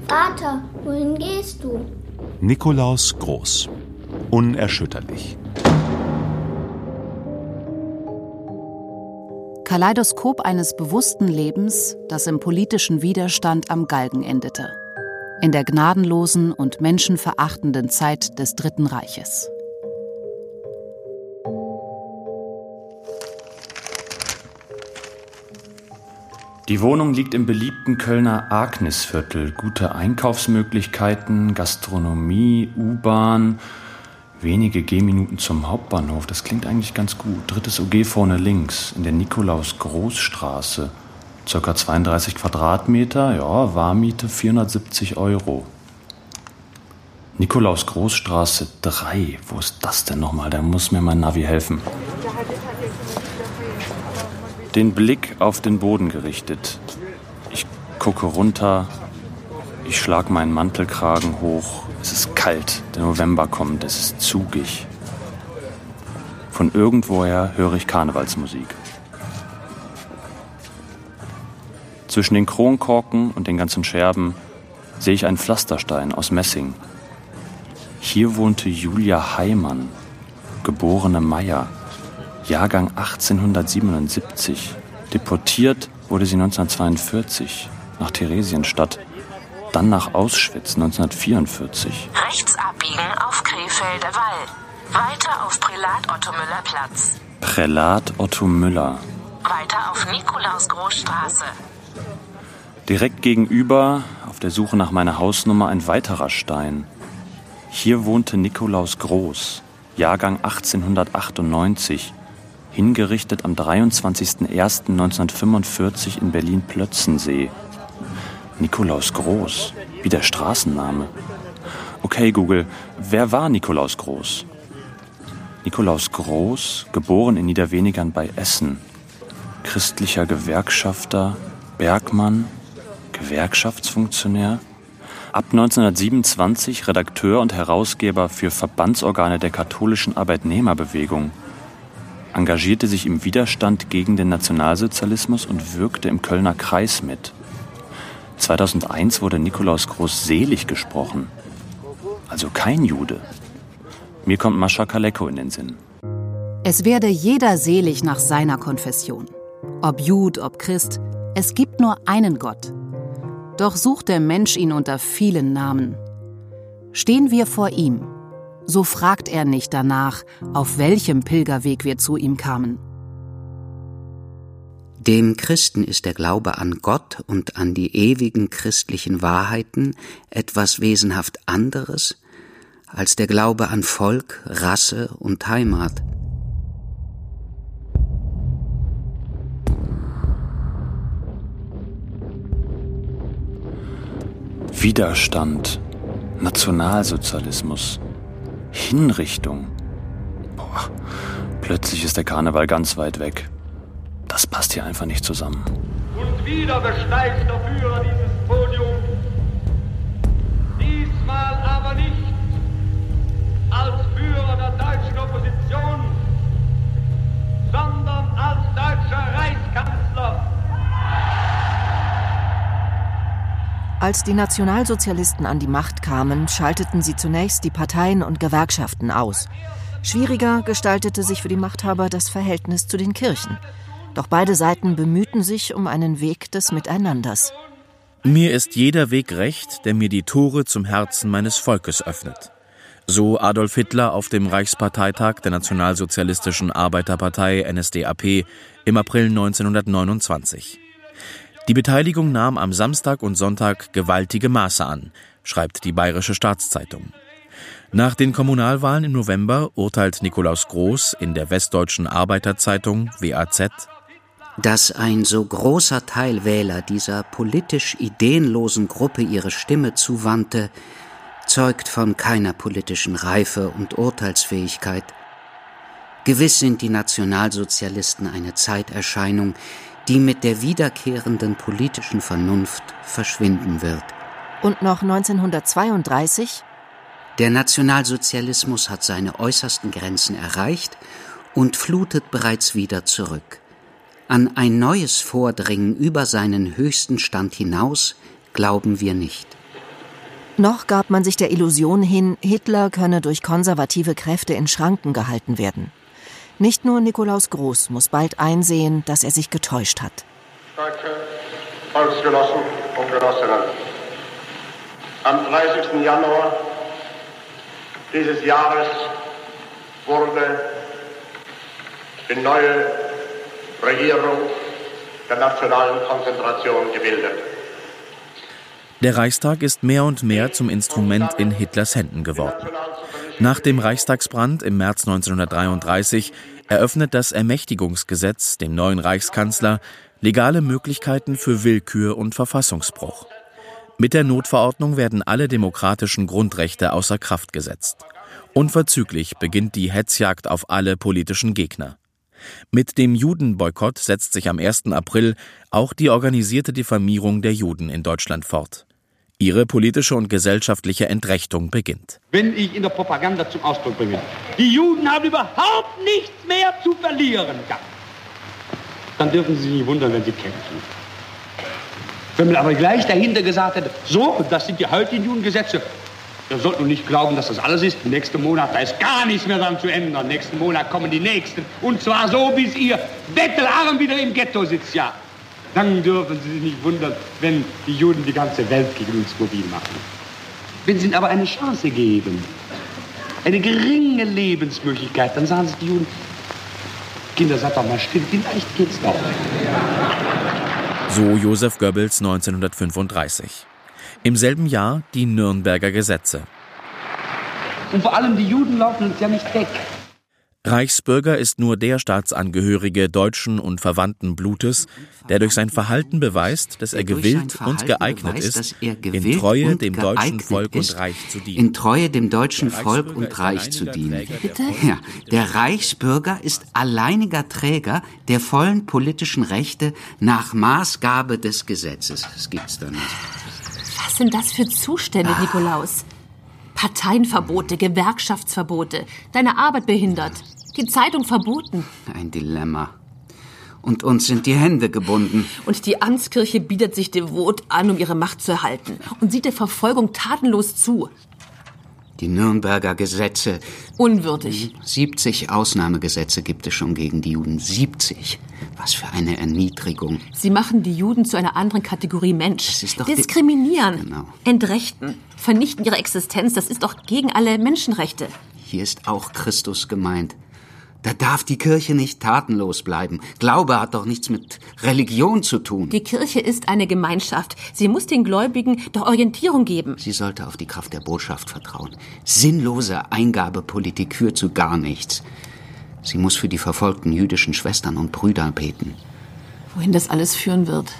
Vater, wohin gehst du? Nikolaus Groß. Unerschütterlich. Kaleidoskop eines bewussten Lebens, das im politischen Widerstand am Galgen endete. In der gnadenlosen und menschenverachtenden Zeit des Dritten Reiches. Die Wohnung liegt im beliebten Kölner Agnesviertel. Gute Einkaufsmöglichkeiten, Gastronomie, U-Bahn, wenige Gehminuten zum Hauptbahnhof. Das klingt eigentlich ganz gut. 3. OG vorne links, in der Nikolaus-Groß-Straße. Circa 32 Quadratmeter, ja, Warmmiete 470 €. Nikolaus-Groß-Straße 3. Wo ist das denn nochmal? Da muss mir mein Navi helfen. Den Blick auf den Boden gerichtet. Ich gucke runter. Ich schlag meinen Mantelkragen hoch. Es ist kalt. Der November kommt. Es ist zugig. Von irgendwoher höre ich Karnevalsmusik. Zwischen den Kronkorken und den ganzen Scherben sehe ich einen Pflasterstein aus Messing. Hier wohnte Julia Heimann, geborene Meyer, Jahrgang 1877. Deportiert wurde sie 1942 nach Theresienstadt, dann nach Auschwitz 1944. Rechts abbiegen auf Krefelder Wall. Weiter auf Prälat Otto Müller Platz. Prälat Otto Müller. Weiter auf Nikolaus-Groß-Straße. Direkt gegenüber, auf der Suche nach meiner Hausnummer, ein weiterer Stein. Hier wohnte Nikolaus Groß, Jahrgang 1898, hingerichtet am 23.01.1945 in Berlin-Plötzensee. Nikolaus Groß, wie der Straßenname. Okay, Google, wer war Nikolaus Groß? Nikolaus Groß, geboren in Niederwenigern bei Essen. Christlicher Gewerkschafter, Bergmann, Gewerkschaftsfunktionär. Ab 1927 Redakteur und Herausgeber für Verbandsorgane der katholischen Arbeitnehmerbewegung. Engagierte sich im Widerstand gegen den Nationalsozialismus und wirkte im Kölner Kreis mit. 2001 wurde Nikolaus Groß selig gesprochen. Also kein Jude. Mir kommt Mascha Kaleko in den Sinn. Es werde jeder selig nach seiner Konfession. Ob Jud, ob Christ, es gibt nur einen Gott. Doch sucht der Mensch ihn unter vielen Namen. Stehen wir vor ihm, so fragt er nicht danach, auf welchem Pilgerweg wir zu ihm kamen. Dem Christen ist der Glaube an Gott und an die ewigen christlichen Wahrheiten etwas wesenhaft anderes als der Glaube an Volk, Rasse und Heimat. Widerstand, Nationalsozialismus, Hinrichtung. Boah, plötzlich ist der Karneval ganz weit weg. Das passt hier einfach nicht zusammen. Und wieder besteigt der Führer dieses Podium. Diesmal aber nicht als Führer der deutschen Opposition, sondern als deutscher Reichskanzler. Als die Nationalsozialisten an die Macht kamen, schalteten sie zunächst die Parteien und Gewerkschaften aus. Schwieriger gestaltete sich für die Machthaber das Verhältnis zu den Kirchen. Doch beide Seiten bemühten sich um einen Weg des Miteinanders. Mir ist jeder Weg recht, der mir die Tore zum Herzen meines Volkes öffnet. So Adolf Hitler auf dem Reichsparteitag der Nationalsozialistischen Arbeiterpartei NSDAP im April 1929. Die Beteiligung nahm am Samstag und Sonntag gewaltige Maße an, schreibt die Bayerische Staatszeitung. Nach den Kommunalwahlen im November urteilt Nikolaus Groß in der Westdeutschen Arbeiterzeitung WAZ: Dass ein so großer Teil Wähler dieser politisch ideenlosen Gruppe ihre Stimme zuwandte, zeugt von keiner politischen Reife und Urteilsfähigkeit. Gewiss sind die Nationalsozialisten eine Zeiterscheinung, die mit der wiederkehrenden politischen Vernunft verschwinden wird. Und noch 1932? Der Nationalsozialismus hat seine äußersten Grenzen erreicht und flutet bereits wieder zurück. An ein neues Vordringen über seinen höchsten Stand hinaus glauben wir nicht. Noch gab man sich der Illusion hin, Hitler könne durch konservative Kräfte in Schranken gehalten werden. Nicht nur Nikolaus Groß muss bald einsehen, dass er sich getäuscht hat. Deutsche Volksgenossen und Genossinnen, am 30. Januar dieses Jahres wurde die neue Regierung der nationalen Konzentration gebildet. Der Reichstag ist mehr und mehr zum Instrument in Hitlers Händen geworden. Nach dem Reichstagsbrand im März 1933 eröffnet das Ermächtigungsgesetz dem neuen Reichskanzler legale Möglichkeiten für Willkür und Verfassungsbruch. Mit der Notverordnung werden alle demokratischen Grundrechte außer Kraft gesetzt. Unverzüglich beginnt die Hetzjagd auf alle politischen Gegner. Mit dem Judenboykott setzt sich am 1. April auch die organisierte Diffamierung der Juden in Deutschland fort. Ihre politische und gesellschaftliche Entrechtung beginnt. Wenn ich in der Propaganda zum Ausdruck bringe, die Juden haben überhaupt nichts mehr zu verlieren, dann dürfen Sie sich nicht wundern, wenn sie kämpfen. Wenn man aber gleich dahinter gesagt hätte, so, das sind die heutigen Judengesetze, dann sollte man nicht glauben, dass das alles ist. Nächsten Monat, da ist gar nichts mehr dran zu ändern. Nächsten Monat kommen die Nächsten. Und zwar so, bis ihr bettelarm wieder im Ghetto sitzt, ja. Dann dürfen Sie sich nicht wundern, wenn die Juden die ganze Welt gegen uns mobil machen. Wenn Sie ihnen aber eine Chance geben, eine geringe Lebensmöglichkeit, dann sagen sich die Juden, Kinder, seid doch mal still, vielleicht geht's doch. So Joseph Goebbels 1935. Im selben Jahr die Nürnberger Gesetze. Und vor allem die Juden laufen uns ja nicht weg. Reichsbürger ist nur der Staatsangehörige deutschen und verwandten Blutes, der durch sein Verhalten beweist, dass er gewillt und geeignet ist, in Treue dem deutschen Volk und Reich zu dienen. In Treue dem deutschen Volk und Reich zu dienen. Bitte? Ja, der Reichsbürger ist alleiniger Träger der vollen politischen Rechte nach Maßgabe des Gesetzes. Das gibt's doch nicht. Was sind das für Zustände, Nikolaus? Parteienverbote, Gewerkschaftsverbote, deine Arbeit behindert, die Zeitung verboten. Ein Dilemma. Und uns sind die Hände gebunden. Und die Amtskirche bietet sich devot an, um ihre Macht zu erhalten und sieht der Verfolgung tatenlos zu. Die Nürnberger Gesetze. Unwürdig. 70 Ausnahmegesetze gibt es schon gegen die Juden. 70. Was für eine Erniedrigung. Sie machen die Juden zu einer anderen Kategorie Mensch. Das ist doch diskriminieren, genau. Entrechten, vernichten ihre Existenz. Das ist doch gegen alle Menschenrechte. Hier ist auch Christus gemeint. Da darf die Kirche nicht tatenlos bleiben. Glaube hat doch nichts mit Religion zu tun. Die Kirche ist eine Gemeinschaft. Sie muss den Gläubigen doch Orientierung geben. Sie sollte auf die Kraft der Botschaft vertrauen. Sinnlose Eingabepolitik führt zu gar nichts. Sie muss für die verfolgten jüdischen Schwestern und Brüder beten. Wohin das alles führen wird?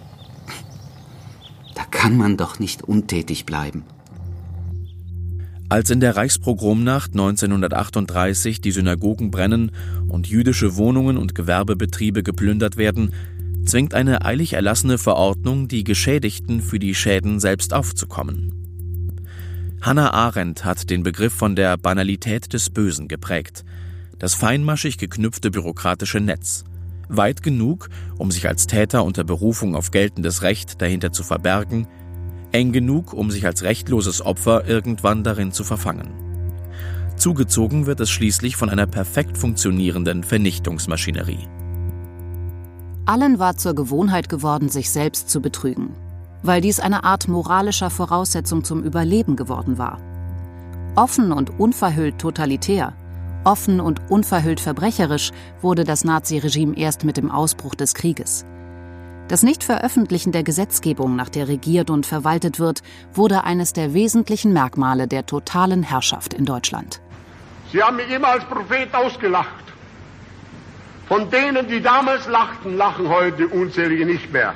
Da kann man doch nicht untätig bleiben. Als in der Reichspogromnacht 1938 die Synagogen brennen und jüdische Wohnungen und Gewerbebetriebe geplündert werden, zwingt eine eilig erlassene Verordnung die Geschädigten für die Schäden selbst aufzukommen. Hannah Arendt hat den Begriff von der Banalität des Bösen geprägt. Das feinmaschig geknüpfte bürokratische Netz. Weit genug, um sich als Täter unter Berufung auf geltendes Recht dahinter zu verbergen, eng genug, um sich als rechtloses Opfer irgendwann darin zu verfangen. Zugezogen wird es schließlich von einer perfekt funktionierenden Vernichtungsmaschinerie. Allen war zur Gewohnheit geworden, sich selbst zu betrügen, weil dies eine Art moralischer Voraussetzung zum Überleben geworden war. Offen und unverhüllt totalitär, offen und unverhüllt verbrecherisch wurde das Naziregime erst mit dem Ausbruch des Krieges. Das Nichtveröffentlichen der Gesetzgebung, nach der regiert und verwaltet wird, wurde eines der wesentlichen Merkmale der totalen Herrschaft in Deutschland. Sie haben mich immer als Prophet ausgelacht. Von denen, die damals lachten, lachen heute unzählige nicht mehr.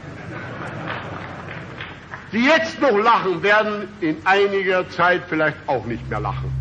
Die jetzt noch lachen, werden in einiger Zeit vielleicht auch nicht mehr lachen.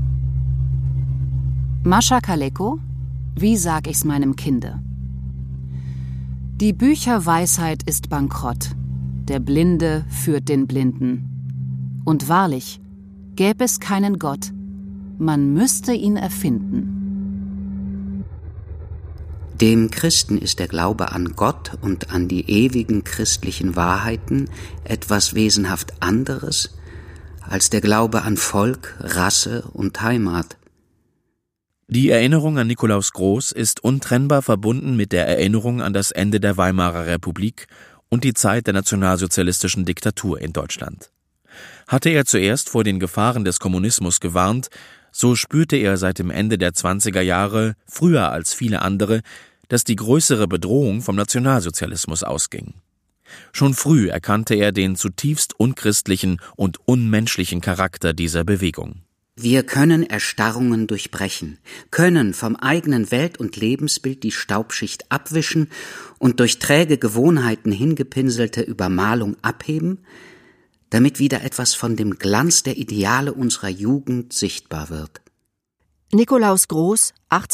Mascha Kaleko, wie sag ich's meinem Kinde? Die Bücherweisheit ist bankrott, der Blinde führt den Blinden. Und wahrlich, gäbe es keinen Gott, man müsste ihn erfinden. Dem Christen ist der Glaube an Gott und an die ewigen christlichen Wahrheiten etwas wesenhaft anderes als der Glaube an Volk, Rasse und Heimat. Die Erinnerung an Nikolaus Groß ist untrennbar verbunden mit der Erinnerung an das Ende der Weimarer Republik und die Zeit der nationalsozialistischen Diktatur in Deutschland. Hatte er zuerst vor den Gefahren des Kommunismus gewarnt, so spürte er seit dem Ende der 20er Jahre, früher als viele andere, dass die größere Bedrohung vom Nationalsozialismus ausging. Schon früh erkannte er den zutiefst unchristlichen und unmenschlichen Charakter dieser Bewegung. Wir können Erstarrungen durchbrechen, können vom eigenen Welt- und Lebensbild die Staubschicht abwischen und durch träge Gewohnheiten hingepinselte Übermalung abheben, damit wieder etwas von dem Glanz der Ideale unserer Jugend sichtbar wird. Nikolaus Groß,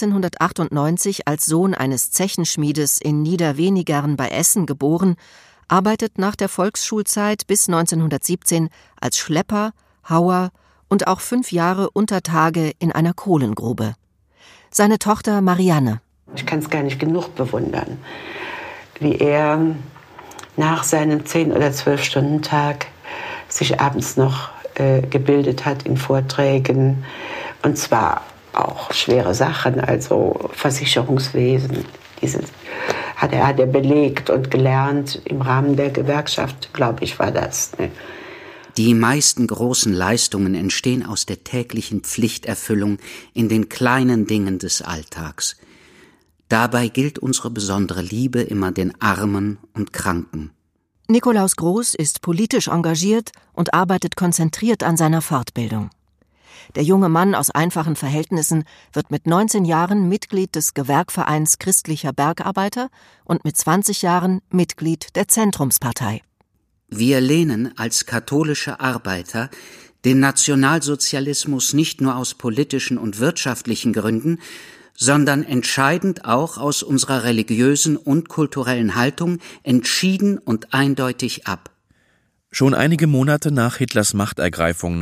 1898 als Sohn eines Zechenschmiedes in Niederwenigern bei Essen geboren, arbeitet nach der Volksschulzeit bis 1917 als Schlepper, Hauer und auch 5 Jahre unter Tage in einer Kohlengrube. Seine Tochter Marianne. Ich kann es gar nicht genug bewundern, wie er nach seinem 10- oder 12-Stunden-Tag sich abends noch gebildet hat in Vorträgen. Und zwar auch schwere Sachen, also Versicherungswesen. Hat er belegt und gelernt im Rahmen der Gewerkschaft, glaube ich, war das. Ne? Die meisten großen Leistungen entstehen aus der täglichen Pflichterfüllung in den kleinen Dingen des Alltags. Dabei gilt unsere besondere Liebe immer den Armen und Kranken. Nikolaus Groß ist politisch engagiert und arbeitet konzentriert an seiner Fortbildung. Der junge Mann aus einfachen Verhältnissen wird mit 19 Jahren Mitglied des Gewerkvereins Christlicher Bergarbeiter und mit 20 Jahren Mitglied der Zentrumspartei. Wir lehnen als katholische Arbeiter den Nationalsozialismus nicht nur aus politischen und wirtschaftlichen Gründen, sondern entscheidend auch aus unserer religiösen und kulturellen Haltung entschieden und eindeutig ab. Schon einige Monate nach Hitlers Machtergreifung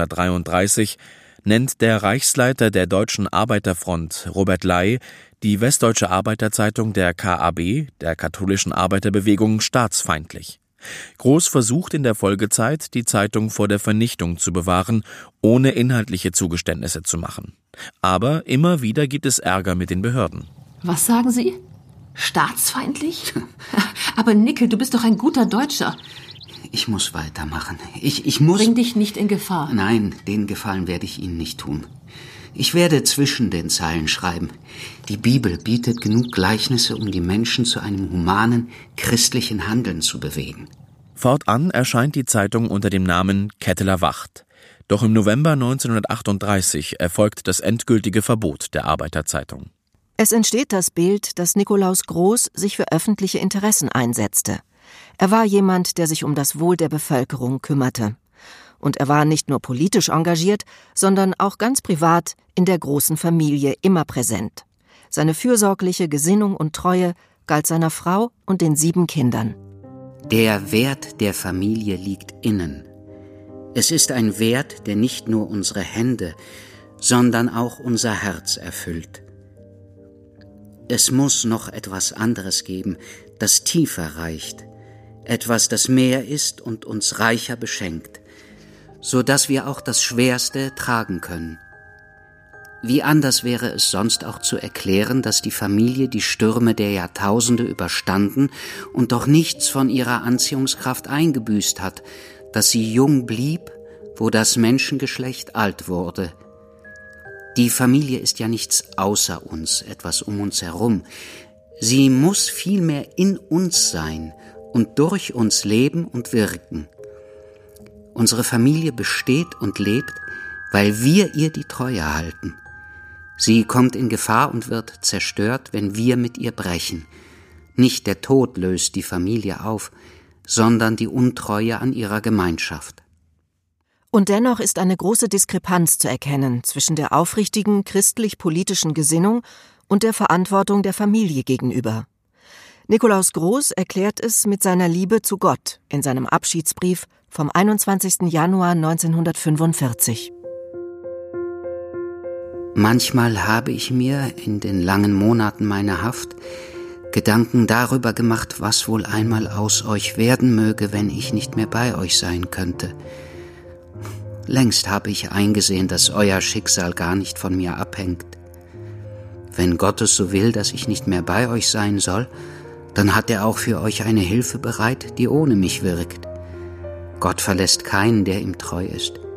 1933 nennt der Reichsleiter der Deutschen Arbeiterfront, Robert Ley, die Westdeutsche Arbeiterzeitung der KAB, der katholischen Arbeiterbewegung, staatsfeindlich. Groß versucht in der Folgezeit, die Zeitung vor der Vernichtung zu bewahren, ohne inhaltliche Zugeständnisse zu machen. Aber immer wieder gibt es Ärger mit den Behörden. Was sagen Sie? Staatsfeindlich? Aber Nickel, du bist doch ein guter Deutscher. Ich muss weitermachen. Ich muss... Bring dich nicht in Gefahr. Nein, den Gefallen werde ich Ihnen nicht tun. Ich werde zwischen den Zeilen schreiben. Die Bibel bietet genug Gleichnisse, um die Menschen zu einem humanen, christlichen Handeln zu bewegen. Fortan erscheint die Zeitung unter dem Namen Ketteler Wacht. Doch im November 1938 erfolgt das endgültige Verbot der Arbeiterzeitung. Es entsteht das Bild, dass Nikolaus Groß sich für öffentliche Interessen einsetzte. Er war jemand, der sich um das Wohl der Bevölkerung kümmerte. Und er war nicht nur politisch engagiert, sondern auch ganz privat in der großen Familie immer präsent. Seine fürsorgliche Gesinnung und Treue galt seiner Frau und den 7 Kindern. Der Wert der Familie liegt innen. Es ist ein Wert, der nicht nur unsere Hände, sondern auch unser Herz erfüllt. Es muss noch etwas anderes geben, das tiefer reicht. Etwas, das mehr ist und uns reicher beschenkt, so dass wir auch das Schwerste tragen können. Wie anders wäre es sonst auch zu erklären, dass die Familie die Stürme der Jahrtausende überstanden und doch nichts von ihrer Anziehungskraft eingebüßt hat, dass sie jung blieb, wo das Menschengeschlecht alt wurde. Die Familie ist ja nichts außer uns, etwas um uns herum. Sie muss vielmehr in uns sein und durch uns leben und wirken. Unsere Familie besteht und lebt, weil wir ihr die Treue halten. Sie kommt in Gefahr und wird zerstört, wenn wir mit ihr brechen. Nicht der Tod löst die Familie auf, sondern die Untreue an ihrer Gemeinschaft. Und dennoch ist eine große Diskrepanz zu erkennen zwischen der aufrichtigen christlich-politischen Gesinnung und der Verantwortung der Familie gegenüber. Nikolaus Groß erklärt es mit seiner Liebe zu Gott in seinem Abschiedsbrief vom 21. Januar 1945. Manchmal habe ich mir in den langen Monaten meiner Haft Gedanken darüber gemacht, was wohl einmal aus euch werden möge, wenn ich nicht mehr bei euch sein könnte. Längst habe ich eingesehen, dass euer Schicksal gar nicht von mir abhängt. Wenn Gott es so will, dass ich nicht mehr bei euch sein soll, dann hat er auch für euch eine Hilfe bereit, die ohne mich wirkt. Gott verlässt keinen, der ihm treu ist.